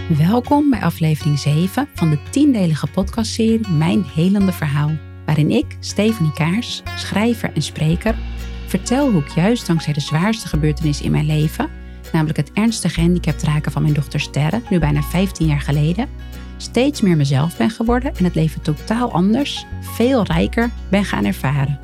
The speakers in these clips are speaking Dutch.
Welkom bij aflevering 7 van de 10-delige podcastserie Mijn Helende Verhaal, waarin ik, Stefanie Kaars, schrijver en spreker, vertel hoe ik juist dankzij de zwaarste gebeurtenis in mijn leven, namelijk het ernstige gehandicapt raken van mijn dochter Sterre, nu bijna 15 jaar geleden, steeds meer mezelf ben geworden en het leven totaal anders, veel rijker ben gaan ervaren.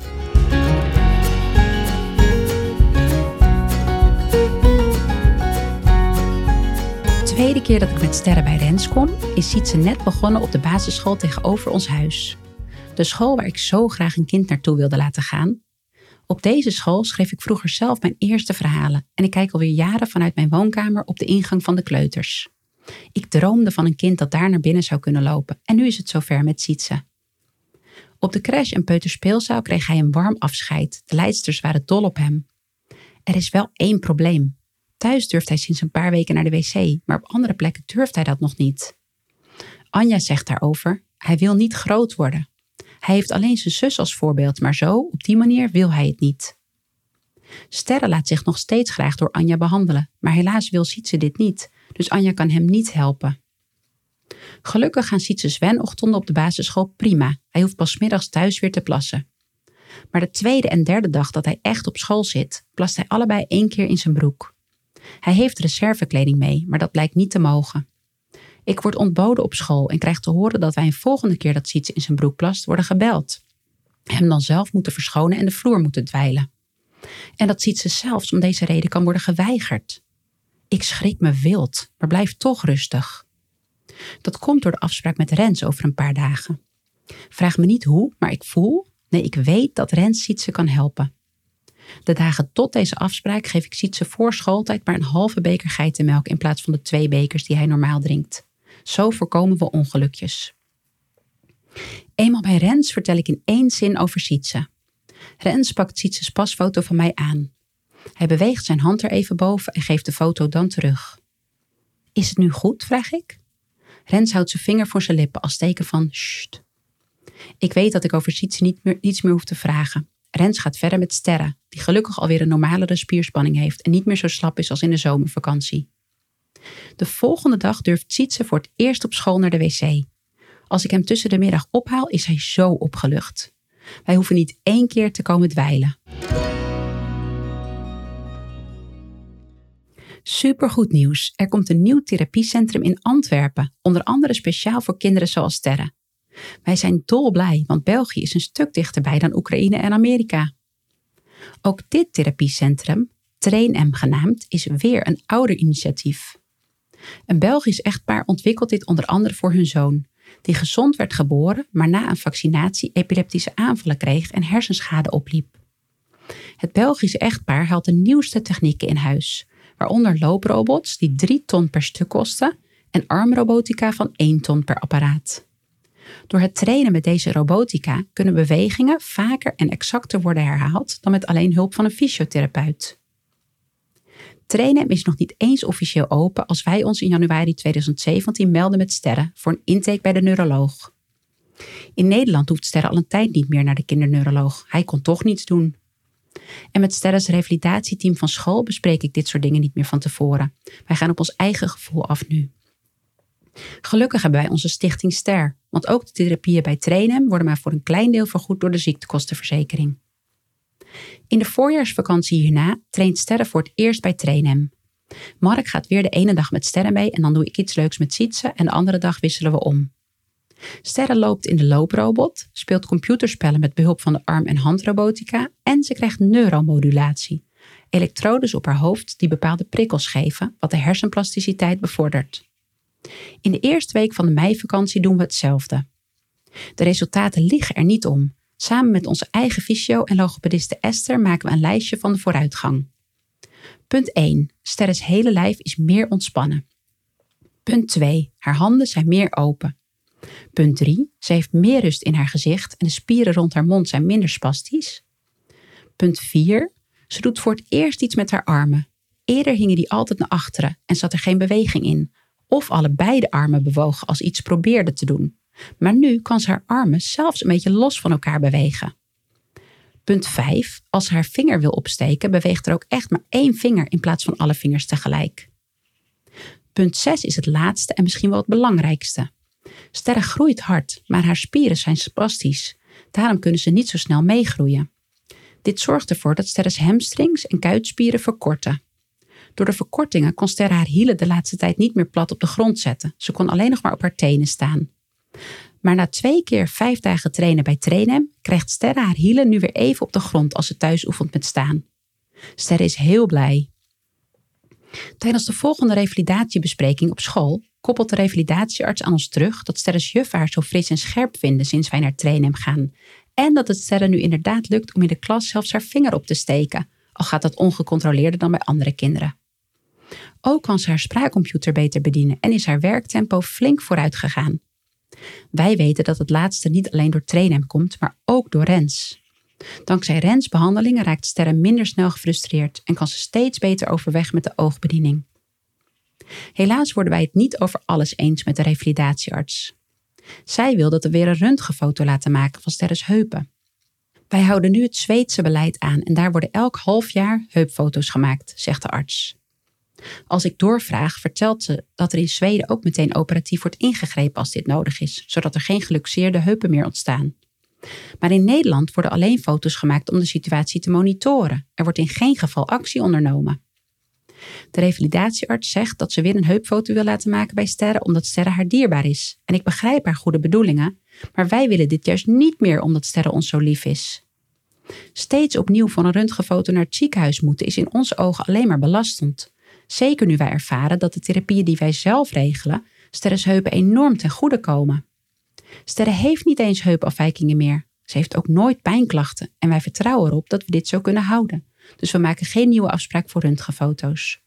De tweede keer dat ik met Sterre bij Rens kom, is Sietse net begonnen op de basisschool tegenover ons huis. De school waar ik zo graag een kind naartoe wilde laten gaan. Op deze school schreef ik vroeger zelf mijn eerste verhalen en ik kijk alweer jaren vanuit mijn woonkamer op de ingang van de kleuters. Ik droomde van een kind dat daar naar binnen zou kunnen lopen en nu is het zover met Sietse. Op de crash en peuterspeelzaal kreeg hij een warm afscheid. De leidsters waren dol op hem. Er is wel één probleem. Thuis durft hij sinds een paar weken naar de wc, maar op andere plekken durft hij dat nog niet. Anja zegt daarover, hij wil niet groot worden. Hij heeft alleen zijn zus als voorbeeld, maar zo, op die manier, wil hij het niet. Sterre laat zich nog steeds graag door Anja behandelen, maar helaas wil Sietse dit niet, dus Anja kan hem niet helpen. Gelukkig gaan Sietse's wenochtenden op de basisschool prima. Hij hoeft pas 's middags thuis weer te plassen. Maar de tweede en derde dag dat hij echt op school zit, plast hij allebei 1 keer in zijn broek. Hij heeft reservekleding mee, maar dat blijkt niet te mogen. Ik word ontboden op school en krijg te horen dat wij een volgende keer dat Sietse in zijn broek plast worden gebeld. Hem dan zelf moeten verschonen en de vloer moeten dweilen. En dat Sietse zelfs om deze reden kan worden geweigerd. Ik schrik me wild, maar blijf toch rustig. Dat komt door de afspraak met Rens over een paar dagen. Vraag me niet hoe, maar ik weet dat Rens Sietse kan helpen. De dagen tot deze afspraak geef ik Sietse voor schooltijd maar een halve beker geitenmelk in plaats van de 2 bekers die hij normaal drinkt. Zo voorkomen we ongelukjes. Eenmaal bij Rens vertel ik in 1 zin over Sietse. Rens pakt Sietse's pasfoto van mij aan. Hij beweegt zijn hand er even boven en geeft de foto dan terug. Is het nu goed, vraag ik. Rens houdt zijn vinger voor zijn lippen als teken van sst. Ik weet dat ik over Sietse niets meer hoef te vragen. Rens gaat verder met Sterre, die gelukkig alweer een normalere spierspanning heeft en niet meer zo slap is als in de zomervakantie. De volgende dag durft Sietse voor het eerst op school naar de wc. Als ik hem tussen de middag ophaal, is hij zo opgelucht. Wij hoeven niet 1 keer te komen dweilen. Supergoed nieuws. Er komt een nieuw therapiecentrum in Antwerpen, onder andere speciaal voor kinderen zoals Sterre. Wij zijn dolblij, want België is een stuk dichterbij dan Oekraïne en Amerika. Ook dit therapiecentrum, Train-M genaamd, is weer een ouder-initiatief. Een Belgisch echtpaar ontwikkelt dit onder andere voor hun zoon, die gezond werd geboren, maar na een vaccinatie epileptische aanvallen kreeg en hersenschade opliep. Het Belgische echtpaar haalt de nieuwste technieken in huis, waaronder looprobots die 3 ton per stuk kosten en armrobotica van 1 ton per apparaat. Door het trainen met deze robotica kunnen bewegingen vaker en exacter worden herhaald dan met alleen hulp van een fysiotherapeut. Trainen is nog niet eens officieel open als wij ons in januari 2017 melden met Sterre voor een intake bij de neuroloog. In Nederland hoeft Sterre al een tijd niet meer naar de kinderneuroloog. Hij kon toch niets doen. En met Sterre's revalidatieteam van school bespreek ik dit soort dingen niet meer van tevoren. Wij gaan op ons eigen gevoel af nu. Gelukkig hebben wij onze stichting Ster, want ook de therapieën bij Train-M worden maar voor een klein deel vergoed door de ziektekostenverzekering. In de voorjaarsvakantie hierna traint Sterre voor het eerst bij Train-M. Mark gaat weer de ene dag met Sterre mee en dan doe ik iets leuks met Sietse en de andere dag wisselen we om. Sterre loopt in de looprobot, speelt computerspellen met behulp van de arm- en handrobotica en ze krijgt neuromodulatie, elektrodes op haar hoofd die bepaalde prikkels geven, wat de hersenplasticiteit bevordert. In de eerste week van de meivakantie doen we hetzelfde. De resultaten liggen er niet om. Samen met onze eigen fysio en logopediste Esther maken we een lijstje van de vooruitgang. Punt 1. Sterre's hele lijf is meer ontspannen. Punt 2. Haar handen zijn meer open. Punt 3. Ze heeft meer rust in haar gezicht en de spieren rond haar mond zijn minder spastisch. Punt 4. Ze doet voor het eerst iets met haar armen. Eerder hingen die altijd naar achteren en zat er geen beweging in. Of allebei de armen bewogen als iets probeerde te doen. Maar nu kan ze haar armen zelfs een beetje los van elkaar bewegen. Punt 5. Als ze haar vinger wil opsteken, beweegt er ook echt maar 1 vinger in plaats van alle vingers tegelijk. Punt 6 is het laatste en misschien wel het belangrijkste. Sterre groeit hard, maar haar spieren zijn spastisch. Daarom kunnen ze niet zo snel meegroeien. Dit zorgt ervoor dat Sterre's hamstrings en kuitspieren verkorten. Door de verkortingen kon Sterre haar hielen de laatste tijd niet meer plat op de grond zetten. Ze kon alleen nog maar op haar tenen staan. Maar na 2 keer 5 dagen trainen bij Trainem krijgt Sterre haar hielen nu weer even op de grond als ze thuis oefent met staan. Sterre is heel blij. Tijdens de volgende revalidatiebespreking op school koppelt de revalidatiearts aan ons terug dat Sterre's juffen haar zo fris en scherp vinden sinds wij naar Trainem gaan. En dat het Sterre nu inderdaad lukt om in de klas zelfs haar vinger op te steken, al gaat dat ongecontroleerder dan bij andere kinderen. Ook kan ze haar spraakcomputer beter bedienen en is haar werktempo flink vooruit gegaan. Wij weten dat het laatste niet alleen door Trainem komt, maar ook door Rens. Dankzij Rens' behandelingen raakt Sterre minder snel gefrustreerd en kan ze steeds beter overweg met de oogbediening. Helaas worden wij het niet over alles eens met de revalidatiearts. Zij wil dat we weer een röntgenfoto laten maken van Sterre's heupen. Wij houden nu het Zweedse beleid aan en daar worden elk half jaar heupfoto's gemaakt, zegt de arts. Als ik doorvraag, vertelt ze dat er in Zweden ook meteen operatief wordt ingegrepen als dit nodig is, zodat er geen geluxeerde heupen meer ontstaan. Maar in Nederland worden alleen foto's gemaakt om de situatie te monitoren. Er wordt in geen geval actie ondernomen. De revalidatiearts zegt dat ze weer een heupfoto wil laten maken bij Sterre omdat Sterre haar dierbaar is. En ik begrijp haar goede bedoelingen, maar wij willen dit juist niet meer omdat Sterre ons zo lief is. Steeds opnieuw van een röntgenfoto naar het ziekenhuis moeten is in onze ogen alleen maar belastend. Zeker nu wij ervaren dat de therapieën die wij zelf regelen Sterre's heupen enorm ten goede komen. Sterre heeft niet eens heupafwijkingen meer. Ze heeft ook nooit pijnklachten en wij vertrouwen erop dat we dit zo kunnen houden. Dus we maken geen nieuwe afspraak voor röntgenfoto's.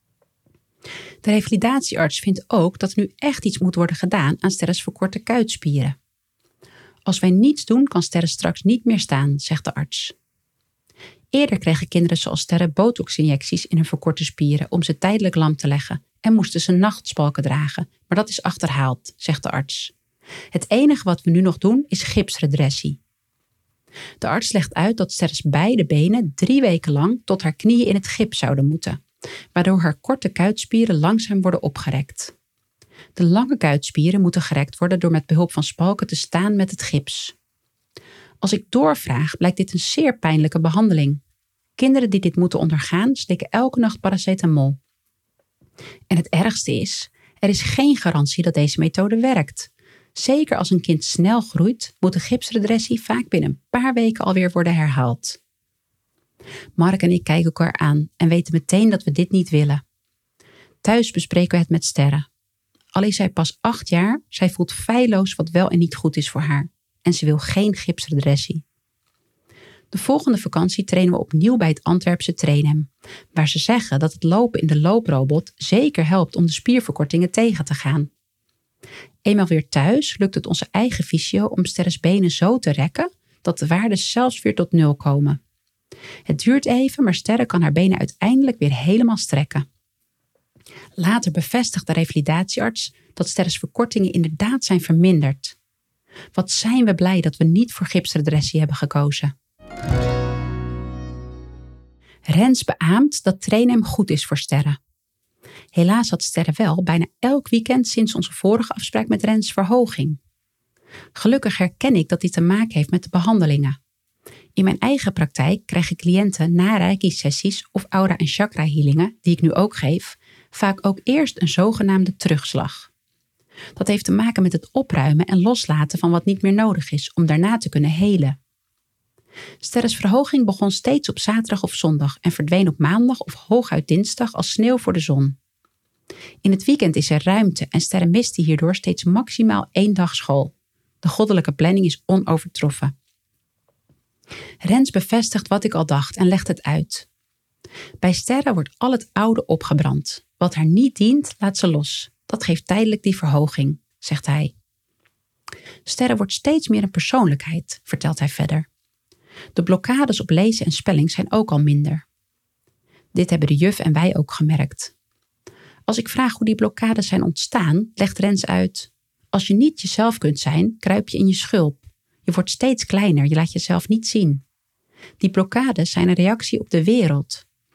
De revalidatiearts vindt ook dat er nu echt iets moet worden gedaan aan Sterre's verkorte kuitspieren. Als wij niets doen, kan Sterre straks niet meer staan, zegt de arts. Eerder kregen kinderen zoals Sterre botox-injecties in hun verkorte spieren om ze tijdelijk lam te leggen en moesten ze nachtspalken dragen, maar dat is achterhaald, zegt de arts. Het enige wat we nu nog doen is gipsredressie. De arts legt uit dat Sterre's beide benen 3 weken lang tot haar knieën in het gips zouden moeten, waardoor haar korte kuitspieren langzaam worden opgerekt. De lange kuitspieren moeten gerekt worden door met behulp van spalken te staan met het gips. Als ik doorvraag, blijkt dit een zeer pijnlijke behandeling. Kinderen die dit moeten ondergaan, slikken elke nacht paracetamol. En het ergste is, er is geen garantie dat deze methode werkt. Zeker als een kind snel groeit, moet de gipsredressie vaak binnen een paar weken alweer worden herhaald. Mark en ik kijken elkaar aan en weten meteen dat we dit niet willen. Thuis bespreken we het met Sterre. Al is zij pas 8 jaar, zij voelt feilloos wat wel en niet goed is voor haar. En ze wil geen gipsredressie. De volgende vakantie trainen we opnieuw bij het Antwerpse Trainem, waar ze zeggen dat het lopen in de looprobot zeker helpt om de spierverkortingen tegen te gaan. Eenmaal weer thuis lukt het onze eigen fysio om Sterre's benen zo te rekken dat de waarden zelfs weer tot 0 komen. Het duurt even, maar Sterre kan haar benen uiteindelijk weer helemaal strekken. Later bevestigt de revalidatiearts dat Sterre's verkortingen inderdaad zijn verminderd. Wat zijn we blij dat we niet voor gipsredressie hebben gekozen. Rens beaamt dat Trainem goed is voor Sterre. Helaas had Sterre wel bijna elk weekend sinds onze vorige afspraak met Rens verhoging. Gelukkig herken ik dat dit te maken heeft met de behandelingen. In mijn eigen praktijk krijgen cliënten na reiki-sessies of aura- en chakra-healingen, die ik nu ook geef, vaak ook eerst een zogenaamde terugslag. Dat heeft te maken met het opruimen en loslaten van wat niet meer nodig is om daarna te kunnen helen. Sterre's verhoging begon steeds op zaterdag of zondag en verdween op maandag of hooguit dinsdag als sneeuw voor de zon. In het weekend is er ruimte en Sterre miste hierdoor steeds maximaal 1 dag school. De goddelijke planning is onovertroffen. Rens bevestigt wat ik al dacht en legt het uit. Bij Sterre wordt al het oude opgebrand. Wat haar niet dient, laat ze los. Dat geeft tijdelijk die verhoging, zegt hij. Sterre wordt steeds meer een persoonlijkheid, vertelt hij verder. De blokkades op lezen en spelling zijn ook al minder. Dit hebben de juf en wij ook gemerkt. Als ik vraag hoe die blokkades zijn ontstaan, legt Rens uit: als je niet jezelf kunt zijn, kruip je in je schulp. Je wordt steeds kleiner, je laat jezelf niet zien. Die blokkades zijn een reactie op de wereld.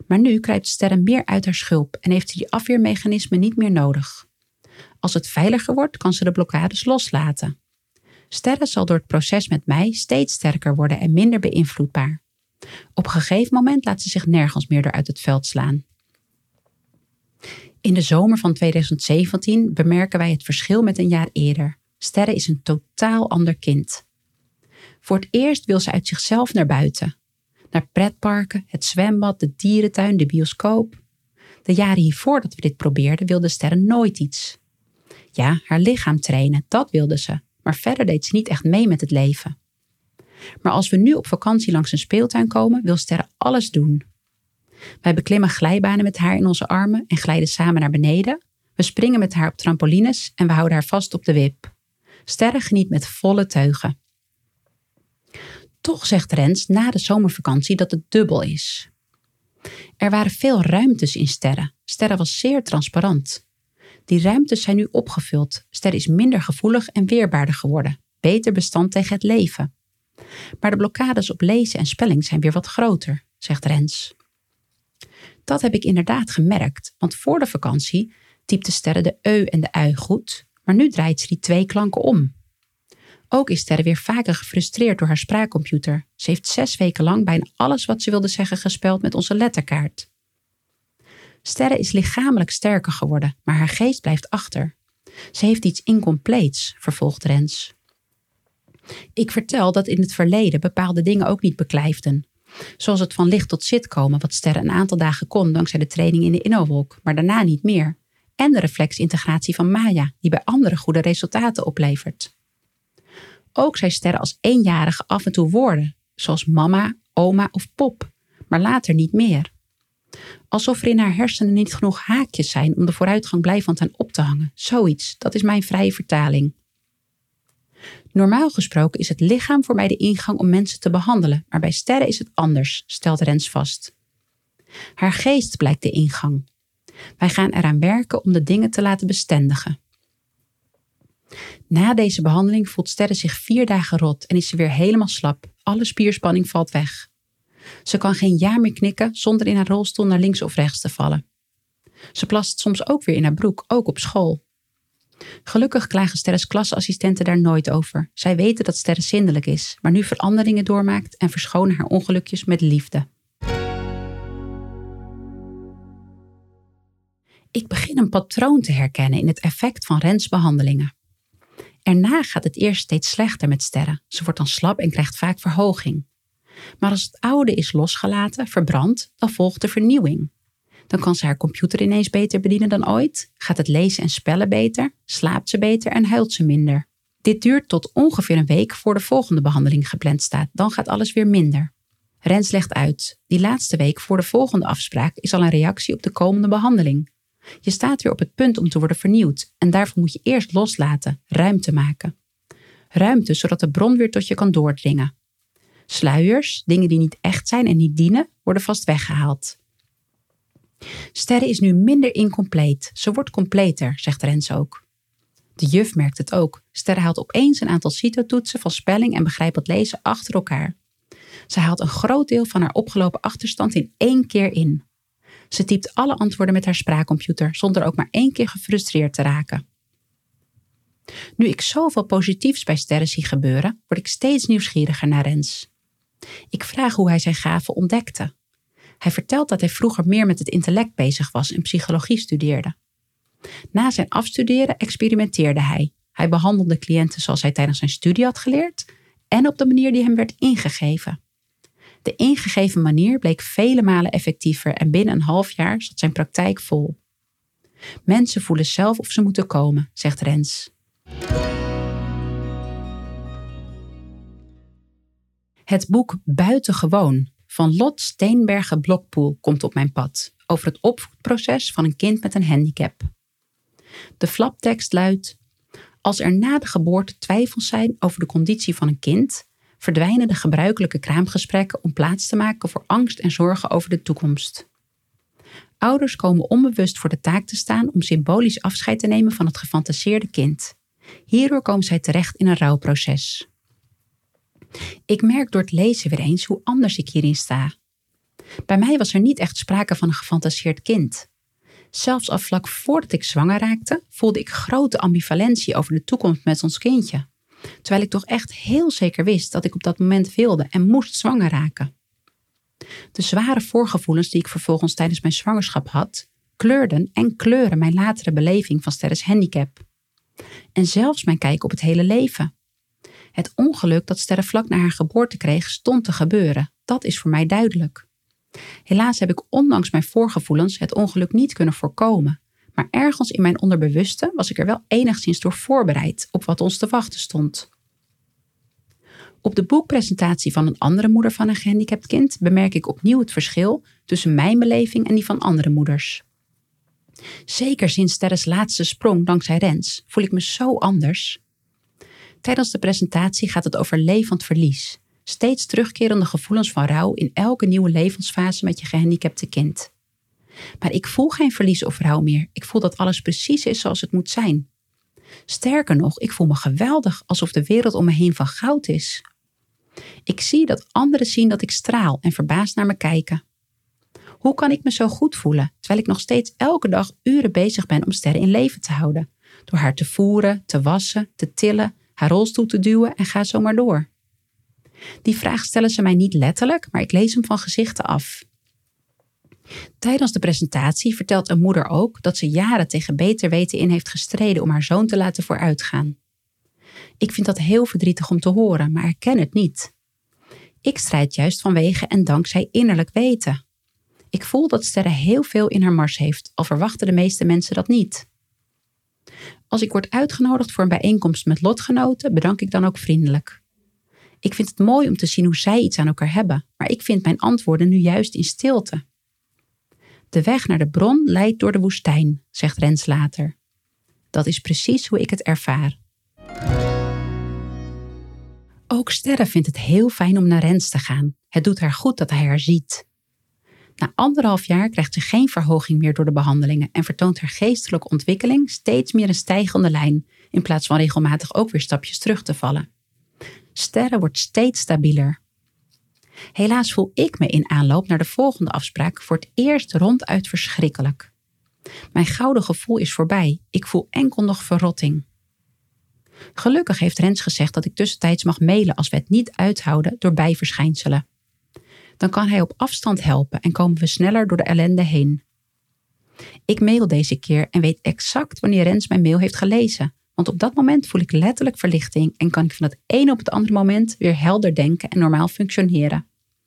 Maar nu kruipt Sterre meer uit haar schulp en heeft ze die afweermechanismen niet meer nodig. Als het veiliger wordt, kan ze de blokkades loslaten. Sterre zal door het proces met mij steeds sterker worden en minder beïnvloedbaar. Op een gegeven moment laat ze zich nergens meer door uit het veld slaan. In de zomer van 2017 bemerken wij het verschil met een jaar eerder. Sterre is een totaal ander kind. Voor het eerst wil ze uit zichzelf naar buiten. Naar pretparken, het zwembad, de dierentuin, de bioscoop. De jaren hiervoor dat we dit probeerden wilde Sterre nooit iets. Ja, haar lichaam trainen, dat wilde ze. Maar verder deed ze niet echt mee met het leven. Maar als we nu op vakantie langs een speeltuin komen, wil Sterre alles doen. Wij beklimmen glijbanen met haar in onze armen en glijden samen naar beneden. We springen met haar op trampolines en we houden haar vast op de wip. Sterre geniet met volle teugen. Toch zegt Rens na de zomervakantie dat het dubbel is. Er waren veel ruimtes in Sterre. Sterre was zeer transparant. Die ruimtes zijn nu opgevuld. Sterre is minder gevoelig en weerbaarder geworden. Beter bestand tegen het leven. Maar de blokkades op lezen en spelling zijn weer wat groter, zegt Rens. Dat heb ik inderdaad gemerkt, want voor de vakantie typte Sterre de eu en de ui goed, maar nu draait ze die 2 klanken om. Ook is Sterre weer vaker gefrustreerd door haar spraakcomputer. Ze heeft 6 weken lang bijna alles wat ze wilde zeggen gespeld met onze letterkaart. Sterre is lichamelijk sterker geworden, maar haar geest blijft achter. Ze heeft iets incompleets, vervolgt Rens. Ik vertel dat in het verleden bepaalde dingen ook niet beklijfden. Zoals het van licht tot zit komen, wat Sterre een aantal dagen kon dankzij de training in de InnoWalk, maar daarna niet meer. En de reflexintegratie van Maya, die bij anderen goede resultaten oplevert. Ook zei Sterre als 1-jarige af en toe woorden, zoals mama, oma of pop, maar later niet meer. Alsof er in haar hersenen niet genoeg haakjes zijn om de vooruitgang blijvend aan op te hangen. Zoiets, dat is mijn vrije vertaling. Normaal gesproken is het lichaam voor mij de ingang om mensen te behandelen, maar bij Sterre is het anders, stelt Rens vast. Haar geest blijkt de ingang. Wij gaan eraan werken om de dingen te laten bestendigen. Na deze behandeling voelt Sterre zich 4 dagen rot en is ze weer helemaal slap. Alle spierspanning valt weg. Ze kan geen ja meer knikken zonder in haar rolstoel naar links of rechts te vallen. Ze plast soms ook weer in haar broek, ook op school. Gelukkig klagen Sterres klasassistenten daar nooit over. Zij weten dat Sterre zindelijk is, maar nu veranderingen doormaakt en verschonen haar ongelukjes met liefde. Ik begin een patroon te herkennen in het effect van Rens behandelingen. Erna gaat het eerst steeds slechter met Sterre. Ze wordt dan slap en krijgt vaak verhoging. Maar als het oude is losgelaten, verbrand, dan volgt de vernieuwing. Dan kan ze haar computer ineens beter bedienen dan ooit, gaat het lezen en spellen beter, slaapt ze beter en huilt ze minder. Dit duurt tot ongeveer een week voor de volgende behandeling gepland staat. Dan gaat alles weer minder. Rens legt uit, die laatste week voor de volgende afspraak is al een reactie op de komende behandeling. Je staat weer op het punt om te worden vernieuwd en daarvoor moet je eerst loslaten, ruimte maken. Ruimte zodat de bron weer tot je kan doordringen. Sluiers, dingen die niet echt zijn en niet dienen, worden vast weggehaald. Sterre is nu minder incompleet. Ze wordt completer, zegt Rens ook. De juf merkt het ook. Sterre haalt opeens een aantal CITO-toetsen van spelling en begrijpend lezen achter elkaar. Ze haalt een groot deel van haar opgelopen achterstand in 1 keer in. Ze typt alle antwoorden met haar spraakcomputer, zonder ook maar 1 keer gefrustreerd te raken. Nu ik zoveel positiefs bij Sterre zie gebeuren, word ik steeds nieuwsgieriger naar Rens. Ik vraag hoe hij zijn gaven ontdekte. Hij vertelt dat hij vroeger meer met het intellect bezig was en psychologie studeerde. Na zijn afstuderen experimenteerde hij. Hij behandelde cliënten zoals hij tijdens zijn studie had geleerd en op de manier die hem werd ingegeven. De ingegeven manier bleek vele malen effectiever en binnen een half jaar zat zijn praktijk vol. Mensen voelen zelf of ze moeten komen, zegt Rens. Het boek Buitengewoon van Lot Steenbergen-Blokpoel komt op mijn pad over het opvoedproces van een kind met een handicap. De flaptekst luidt: als er na de geboorte twijfels zijn over de conditie van een kind, verdwijnen de gebruikelijke kraamgesprekken om plaats te maken voor angst en zorgen over de toekomst. Ouders komen onbewust voor de taak te staan om symbolisch afscheid te nemen van het gefantaseerde kind. Hierdoor komen zij terecht in een rouwproces. Ik merk door het lezen weer eens hoe anders ik hierin sta. Bij mij was er niet echt sprake van een gefantaseerd kind. Zelfs al vlak voordat ik zwanger raakte, voelde ik grote ambivalentie over de toekomst met ons kindje. Terwijl ik toch echt heel zeker wist dat ik op dat moment wilde en moest zwanger raken. De zware voorgevoelens die ik vervolgens tijdens mijn zwangerschap had, kleurden en kleuren mijn latere beleving van Sterre's handicap. En zelfs mijn kijk op het hele leven. Het ongeluk dat Sterre vlak na haar geboorte kreeg stond te gebeuren. Dat is voor mij duidelijk. Helaas heb ik ondanks mijn voorgevoelens het ongeluk niet kunnen voorkomen. Maar ergens in mijn onderbewuste was ik er wel enigszins door voorbereid op wat ons te wachten stond. Op de boekpresentatie van een andere moeder van een gehandicapt kind bemerk ik opnieuw het verschil tussen mijn beleving en die van andere moeders. Zeker sinds Sterre's laatste sprong dankzij Rens voel ik me zo anders. Tijdens de presentatie gaat het over levend verlies. Steeds terugkerende gevoelens van rouw in elke nieuwe levensfase met je gehandicapte kind. Maar ik voel geen verlies of rouw meer. Ik voel dat alles precies is zoals het moet zijn. Sterker nog, ik voel me geweldig, alsof de wereld om me heen van goud is. Ik zie dat anderen zien dat ik straal en verbaasd naar me kijken. Hoe kan ik me zo goed voelen, terwijl ik nog steeds elke dag uren bezig ben om Sterre in leven te houden? Door haar te voeren, te wassen, te tillen, haar rolstoel te duwen en ga zo maar door. Die vraag stellen ze mij niet letterlijk, maar ik lees hem van gezichten af. Tijdens de presentatie vertelt een moeder ook dat ze jaren tegen beter weten in heeft gestreden om haar zoon te laten vooruitgaan. Ik vind dat heel verdrietig om te horen, maar erken het niet. Ik strijd juist vanwege en dankzij innerlijk weten. Ik voel dat Sterre heel veel in haar mars heeft, al verwachten de meeste mensen dat niet. Als ik word uitgenodigd voor een bijeenkomst met lotgenoten, bedank ik dan ook vriendelijk. Ik vind het mooi om te zien hoe zij iets aan elkaar hebben, maar ik vind mijn antwoorden nu juist in stilte. De weg naar de bron leidt door de woestijn, zegt Rens later. Dat is precies hoe ik het ervaar. Ook Sterre vindt het heel fijn om naar Rens te gaan. Het doet haar goed dat hij haar ziet. Na 1,5 jaar krijgt ze geen verhoging meer door de behandelingen en vertoont haar geestelijke ontwikkeling steeds meer een stijgende lijn, in plaats van regelmatig ook weer stapjes terug te vallen. Sterre wordt steeds stabieler. Helaas voel ik me in aanloop naar de volgende afspraak voor het eerst ronduit verschrikkelijk. Mijn gouden gevoel is voorbij. Ik voel enkel nog verrotting. Gelukkig heeft Rens gezegd dat ik tussentijds mag mailen als we het niet uithouden door bijverschijnselen. Dan kan hij op afstand helpen en komen we sneller door de ellende heen. Ik mail deze keer en weet exact wanneer Rens mijn mail heeft gelezen. Want op dat moment voel ik letterlijk verlichting en kan ik van het ene op het andere moment weer helder denken en normaal functioneren.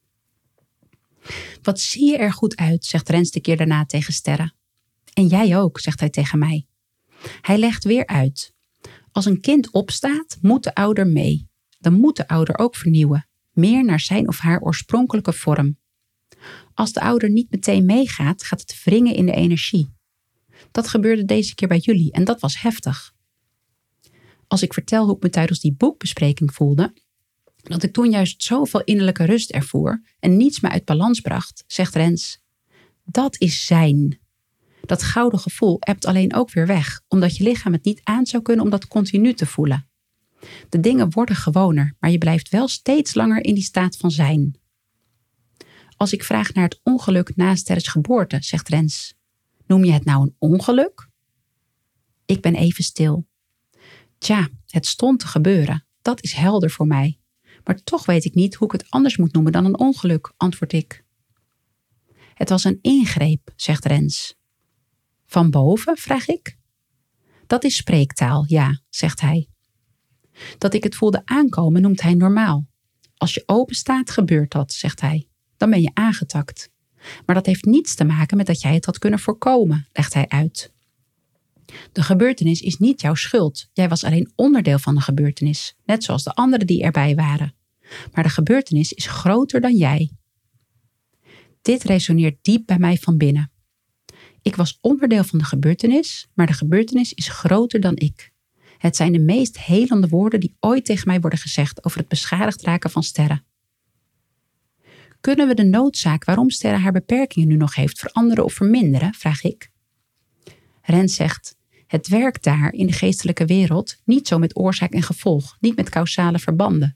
Wat zie je er goed uit, zegt Rens de keer daarna tegen Sterre. En jij ook, zegt hij tegen mij. Hij legt weer uit. Als een kind opstaat, moet de ouder mee. Dan moet de ouder ook vernieuwen, meer naar zijn of haar oorspronkelijke vorm. Als de ouder niet meteen meegaat, gaat het wringen in de energie. Dat gebeurde deze keer bij jullie en dat was heftig. Als ik vertel hoe ik me tijdens die boekbespreking voelde, dat ik toen juist zoveel innerlijke rust ervoer en niets me uit balans bracht, zegt Rens. Dat is zijn. Dat gouden gevoel ebt alleen ook weer weg, omdat je lichaam het niet aan zou kunnen om dat continu te voelen. De dingen worden gewoner, maar je blijft wel steeds langer in die staat van zijn. Als ik vraag naar het ongeluk na Sterre's geboorte, zegt Rens. Noem je het nou een ongeluk? Ik ben even stil. Tja, het stond te gebeuren. Dat is helder voor mij. Maar toch weet ik niet hoe ik het anders moet noemen dan een ongeluk, antwoord ik. Het was een ingreep, zegt Rens. Van boven, vraag ik. Dat is spreektaal, ja, zegt hij. Dat ik het voelde aankomen noemt hij normaal. Als je open staat, gebeurt dat, zegt hij. Dan ben je aangetakt. Maar dat heeft niets te maken met dat jij het had kunnen voorkomen, legt hij uit. De gebeurtenis is niet jouw schuld. Jij was alleen onderdeel van de gebeurtenis, net zoals de anderen die erbij waren. Maar de gebeurtenis is groter dan jij. Dit resoneert diep bij mij van binnen. Ik was onderdeel van de gebeurtenis, maar de gebeurtenis is groter dan ik. Het zijn de meest helende woorden die ooit tegen mij worden gezegd over het beschadigd raken van Sterre. Kunnen we de noodzaak waarom Sterre haar beperkingen nu nog heeft veranderen of verminderen, vraag ik. Rens zegt, het werkt daar in de geestelijke wereld niet zo met oorzaak en gevolg, niet met causale verbanden.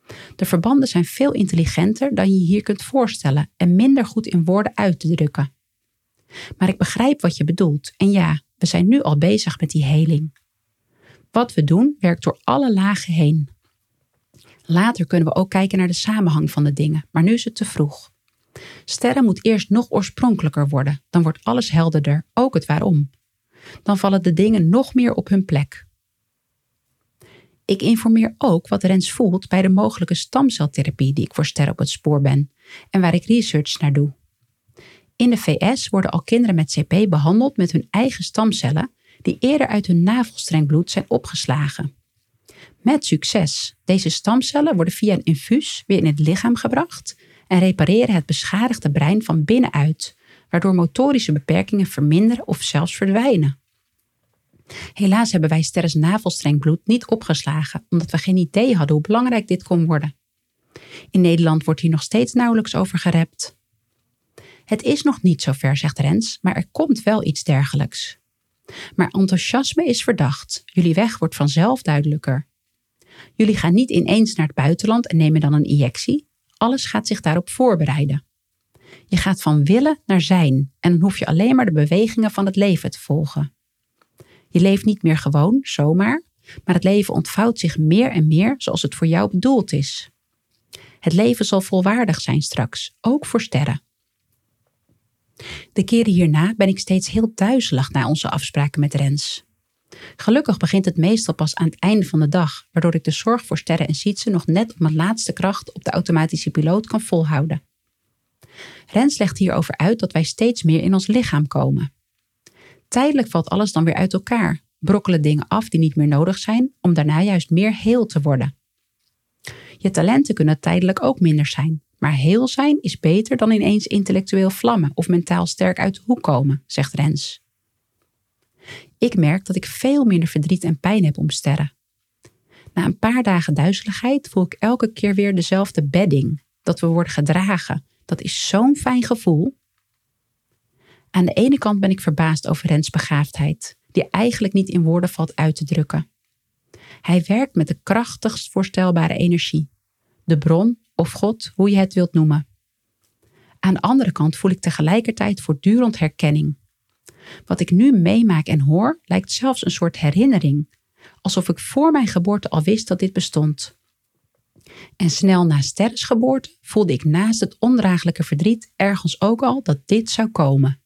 De verbanden zijn veel intelligenter dan je hier kunt voorstellen en minder goed in woorden uit te drukken. Maar ik begrijp wat je bedoelt en ja, we zijn nu al bezig met die heling. Wat we doen werkt door alle lagen heen. Later kunnen we ook kijken naar de samenhang van de dingen, maar nu is het te vroeg. Sterren moet eerst nog oorspronkelijker worden, dan wordt alles helderder, ook het waarom. Dan vallen de dingen nog meer op hun plek. Ik informeer ook wat Rens voelt bij de mogelijke stamceltherapie die ik voor Sterren op het spoor ben en waar ik research naar doe. In de VS worden al kinderen met CP behandeld met hun eigen stamcellen die eerder uit hun navelstrengbloed zijn opgeslagen. Met succes. Deze stamcellen worden via een infuus weer in het lichaam gebracht en repareren het beschadigde brein van binnenuit, waardoor motorische beperkingen verminderen of zelfs verdwijnen. Helaas hebben wij Sterren's navelstrengbloed niet opgeslagen, omdat we geen idee hadden hoe belangrijk dit kon worden. In Nederland wordt hier nog steeds nauwelijks over gerept. Het is nog niet zover, zegt Rens, maar er komt wel iets dergelijks. Maar enthousiasme is verdacht. Jullie weg wordt vanzelf duidelijker. Jullie gaan niet ineens naar het buitenland en nemen dan een injectie. Alles gaat zich daarop voorbereiden. Je gaat van willen naar zijn en dan hoef je alleen maar de bewegingen van het leven te volgen. Je leeft niet meer gewoon, zomaar, maar het leven ontvouwt zich meer en meer zoals het voor jou bedoeld is. Het leven zal volwaardig zijn straks, ook voor Sterren. De keren hierna ben ik steeds heel duizelig na onze afspraken met Rens. Gelukkig begint het meestal pas aan het einde van de dag, waardoor ik de zorg voor Sterren en Sietse nog net op mijn laatste kracht op de automatische piloot kan volhouden. Rens legt hierover uit dat wij steeds meer in ons lichaam komen. Tijdelijk valt alles dan weer uit elkaar, brokkelen dingen af die niet meer nodig zijn, om daarna juist meer heel te worden. Je talenten kunnen tijdelijk ook minder zijn, maar heel zijn is beter dan ineens intellectueel vlammen of mentaal sterk uit de hoek komen, zegt Rens. Ik merk dat ik veel minder verdriet en pijn heb om Sterren. Na een paar dagen duizeligheid voel ik elke keer weer dezelfde bedding, dat we worden gedragen. Dat is zo'n fijn gevoel. Aan de ene kant ben ik verbaasd over Rens begaafdheid, die eigenlijk niet in woorden valt uit te drukken. Hij werkt met de krachtigst voorstelbare energie. De bron of God, hoe je het wilt noemen. Aan de andere kant voel ik tegelijkertijd voortdurend herkenning. Wat ik nu meemaak en hoor, lijkt zelfs een soort herinnering. Alsof ik voor mijn geboorte al wist dat dit bestond. En snel na Sterren's geboorte voelde ik naast het ondraaglijke verdriet ergens ook al dat dit zou komen.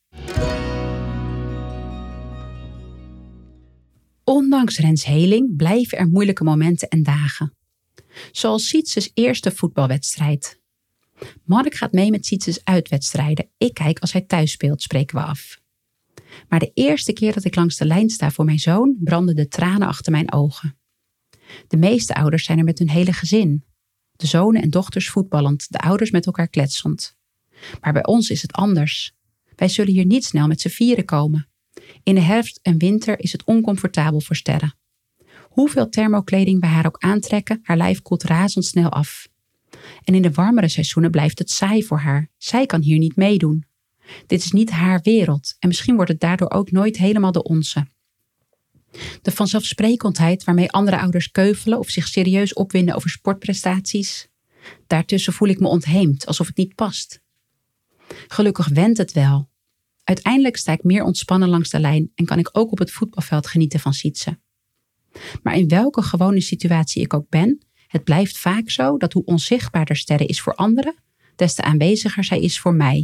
Ondanks Rens heling blijven er moeilijke momenten en dagen. Zoals Sietse's eerste voetbalwedstrijd. Mark gaat mee met Sietse's uitwedstrijden. Ik kijk als hij thuis speelt, spreken we af. Maar de eerste keer dat ik langs de lijn sta voor mijn zoon, branden de tranen achter mijn ogen. De meeste ouders zijn er met hun hele gezin. De zonen en dochters voetballend, de ouders met elkaar kletsend. Maar bij ons is het anders. Wij zullen hier niet snel met z'n vieren komen. In de herfst en winter is het oncomfortabel voor Sterren. Hoeveel thermokleding we haar ook aantrekken, haar lijf koelt razendsnel af. En in de warmere seizoenen blijft het saai voor haar. Zij kan hier niet meedoen. Dit is niet haar wereld en misschien wordt het daardoor ook nooit helemaal de onze. De vanzelfsprekendheid waarmee andere ouders keuvelen of zich serieus opwinden over sportprestaties. Daartussen voel ik me ontheemd, alsof het niet past. Gelukkig wendt het wel. Uiteindelijk sta ik meer ontspannen langs de lijn en kan ik ook op het voetbalveld genieten van Sietse. Maar in welke gewone situatie ik ook ben, het blijft vaak zo dat hoe onzichtbaarder Sterren is voor anderen, des te aanweziger zij is voor mij.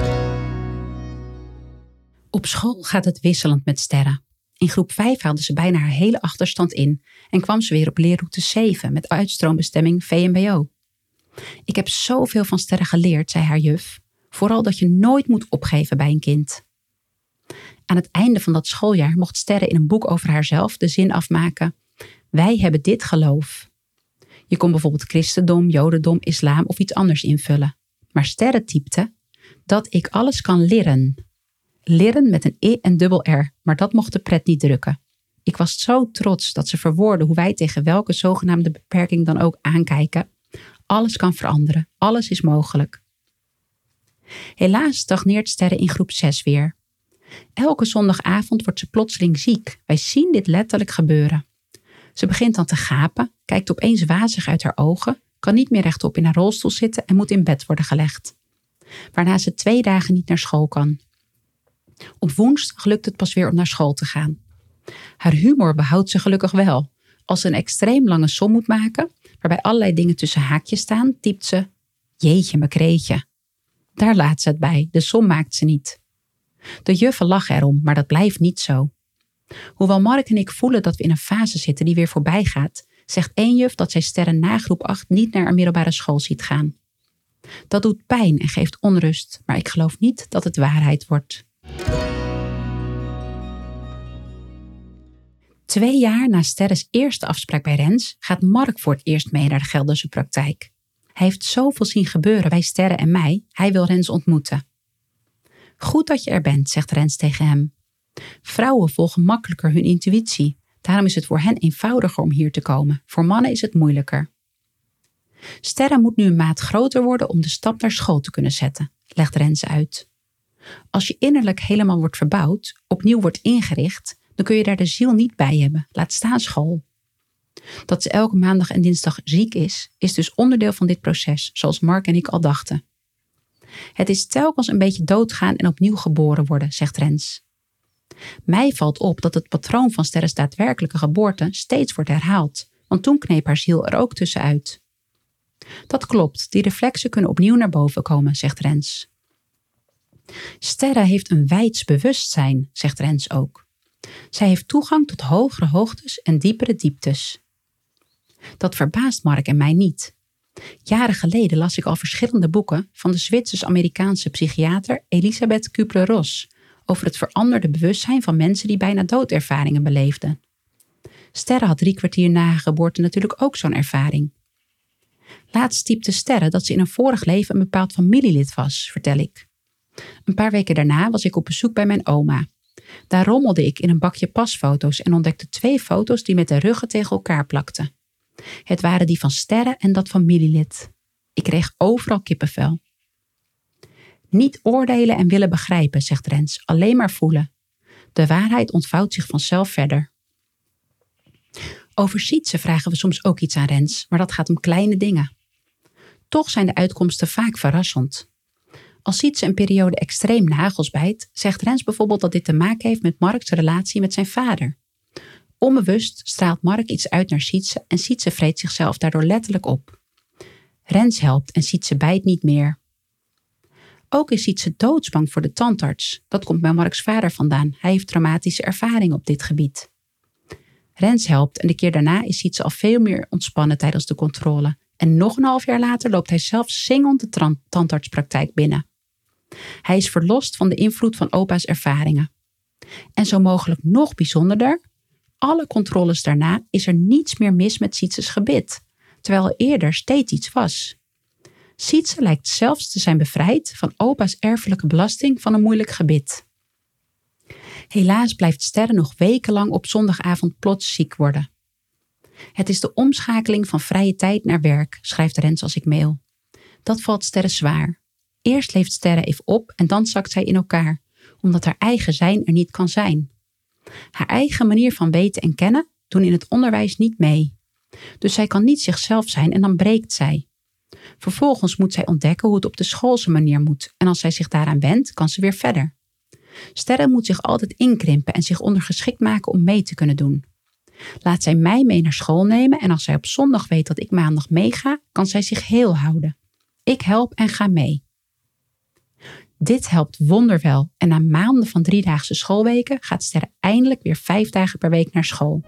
Op school gaat het wisselend met Sterren. In groep 5 haalde ze bijna haar hele achterstand in en kwam ze weer op leerroute 7 met uitstroombestemming VMBO. Ik heb zoveel van Sterren geleerd, zei haar juf. Vooral dat je nooit moet opgeven bij een kind. Aan het einde van dat schooljaar mocht Sterren in een boek over haarzelf de zin afmaken: wij hebben dit geloof. Je kon bijvoorbeeld christendom, jodendom, islam of iets anders invullen. Maar Sterren typte dat ik alles kan leren. Leren met een I en dubbel R, maar dat mocht de pret niet drukken. Ik was zo trots dat ze verwoordde hoe wij tegen welke zogenaamde beperking dan ook aankijken. Alles kan veranderen, alles is mogelijk. Helaas stagneert Sterren in groep 6 weer. Elke zondagavond wordt ze plotseling ziek. Wij zien dit letterlijk gebeuren. Ze begint dan te gapen, kijkt opeens wazig uit haar ogen kan niet meer rechtop in haar rolstoel zitten en moet in bed worden gelegd. Waarna ze 2 dagen niet naar school kan. Op woensdag lukt het pas weer om naar school te gaan. Haar humor behoudt ze gelukkig wel. Als ze een extreem lange som moet maken, waarbij allerlei dingen tussen haakjes staan, typt ze: jeetje me kreetje. Daar laat ze het bij, de som maakt ze niet. De juffen lachen erom, maar dat blijft niet zo. Hoewel Mark en ik voelen dat we in een fase zitten die weer voorbij gaat, zegt één juf dat zij Sterre na groep 8 niet naar een middelbare school ziet gaan. Dat doet pijn en geeft onrust, maar ik geloof niet dat het waarheid wordt. 2 jaar na Sterres eerste afspraak bij Rens gaat Mark voor het eerst mee naar de Gelderse praktijk. Hij heeft zoveel zien gebeuren bij Sterre en mij, hij wil Rens ontmoeten. Goed dat je er bent, zegt Rens tegen hem. Vrouwen volgen makkelijker hun intuïtie, daarom is het voor hen eenvoudiger om hier te komen. Voor mannen is het moeilijker. Sterre moet nu een maat groter worden om de stap naar school te kunnen zetten, legt Rens uit. Als je innerlijk helemaal wordt verbouwd, opnieuw wordt ingericht, dan kun je daar de ziel niet bij hebben, laat staan school. Dat ze elke maandag en dinsdag ziek is dus onderdeel van dit proces, zoals Mark en ik al dachten. Het is telkens een beetje doodgaan en opnieuw geboren worden, zegt Rens. Mij valt op dat het patroon van Sterres daadwerkelijke geboorte steeds wordt herhaald, want toen kneep haar ziel er ook tussenuit. Dat klopt, die reflexen kunnen opnieuw naar boven komen, zegt Rens. Sterre heeft een wijds bewustzijn, zegt Rens ook. Zij heeft toegang tot hogere hoogtes en diepere dieptes. Dat verbaast Mark en mij niet. Jaren geleden las ik al verschillende boeken van de Zwitsers-Amerikaanse psychiater Elisabeth Kübler-Ross over het veranderde bewustzijn van mensen die bijna doodervaringen beleefden. Sterre had 3 kwartier na haar geboorte natuurlijk ook zo'n ervaring. Laatst typte Sterre dat ze in een vorig leven een bepaald familielid was, vertel ik. Een paar weken daarna was ik op bezoek bij mijn oma. Daar rommelde ik in een bakje pasfoto's en ontdekte 2 foto's die met de ruggen tegen elkaar plakten. Het waren die van Sterre en dat familielid. Ik kreeg overal kippenvel. Niet oordelen en willen begrijpen, zegt Rens, alleen maar voelen. De waarheid ontvouwt zich vanzelf verder. Over Sietse vragen we soms ook iets aan Rens, maar dat gaat om kleine dingen. Toch zijn de uitkomsten vaak verrassend. Als Sietse een periode extreem nagels bijt, zegt Rens bijvoorbeeld dat dit te maken heeft met Marks relatie met zijn vader. Onbewust straalt Mark iets uit naar Sietse en Sietse vreet zichzelf daardoor letterlijk op. Rens helpt en Sietse bijt niet meer. Ook is Sietse doodsbang voor de tandarts. Dat komt bij Marks vader vandaan. Hij heeft traumatische ervaring op dit gebied. Rens helpt en de keer daarna is Sietse al veel meer ontspannen tijdens de controle. En nog een half jaar later loopt hij zelf zingend de tandartspraktijk binnen. Hij is verlost van de invloed van opa's ervaringen. En zo mogelijk nog bijzonderder, alle controles daarna is er niets meer mis met Sietse's gebit, terwijl er eerder steeds iets was. Sietse lijkt zelfs te zijn bevrijd van opa's erfelijke belasting van een moeilijk gebit. Helaas blijft Sterre nog wekenlang op zondagavond plots ziek worden. Het is de omschakeling van vrije tijd naar werk, schrijft Rens als ik mail. Dat valt Sterre zwaar. Eerst leeft Sterre even op en dan zakt zij in elkaar, omdat haar eigen zijn er niet kan zijn. Haar eigen manier van weten en kennen doen in het onderwijs niet mee. Dus zij kan niet zichzelf zijn en dan breekt zij. Vervolgens moet zij ontdekken hoe het op de schoolse manier moet en als zij zich daaraan wendt, kan ze weer verder. Sterre moet zich altijd inkrimpen en zich ondergeschikt maken om mee te kunnen doen. Laat zij mij mee naar school nemen en als zij op zondag weet dat ik maandag meega, kan zij zich heel houden. Ik help en ga mee. Dit helpt wonderwel en na maanden van 3-daagse schoolweken gaat Sterre eindelijk weer 5 dagen per week naar school.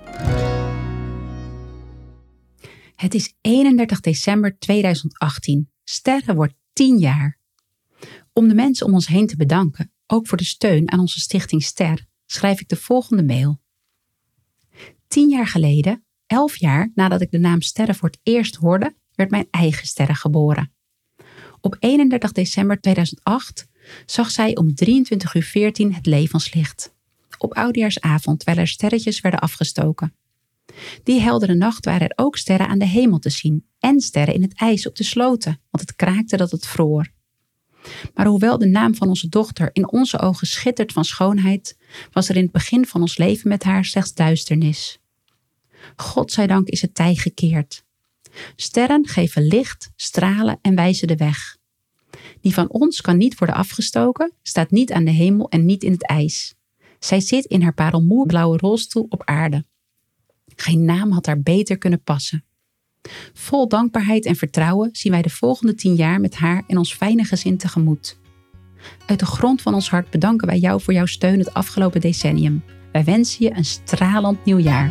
Het is 31 december 2018. Sterre wordt 10 jaar. Om de mensen om ons heen te bedanken, ook voor de steun aan onze stichting Ster, schrijf ik de volgende mail. 10 jaar geleden, 11 jaar nadat ik de naam Sterre voor het eerst hoorde, werd mijn eigen Sterre geboren. Op 31 december 2008 zag zij om 23:14 het levenslicht. Op oudejaarsavond, terwijl er sterretjes werden afgestoken. Die heldere nacht waren er ook sterren aan de hemel te zien en sterren in het ijs op de sloten, want het kraakte dat het vroor. Maar hoewel de naam van onze dochter in onze ogen schittert van schoonheid, was er in het begin van ons leven met haar slechts duisternis. Godzijdank is het tij gekeerd. Sterren geven licht, stralen en wijzen de weg. Die van ons kan niet worden afgestoken, staat niet aan de hemel en niet in het ijs. Zij zit in haar parelmoerblauwe rolstoel op aarde. Geen naam had haar beter kunnen passen. Vol dankbaarheid en vertrouwen zien wij de volgende 10 jaar met haar en ons fijne gezin tegemoet. Uit de grond van ons hart bedanken wij jou voor jouw steun het afgelopen decennium. Wij wensen je een stralend nieuwjaar.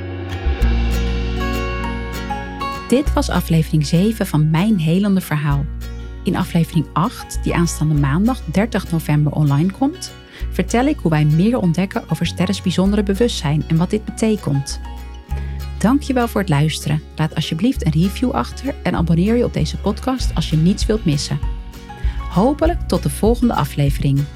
Dit was aflevering 7 van Mijn Helende Verhaal. In aflevering 8, die aanstaande maandag 30 november online komt, vertel ik hoe wij meer ontdekken over sterrens bijzondere bewustzijn en wat dit betekent. Dankjewel voor het luisteren. Laat alsjeblieft een review achter en abonneer je op deze podcast als je niets wilt missen. Hopelijk tot de volgende aflevering.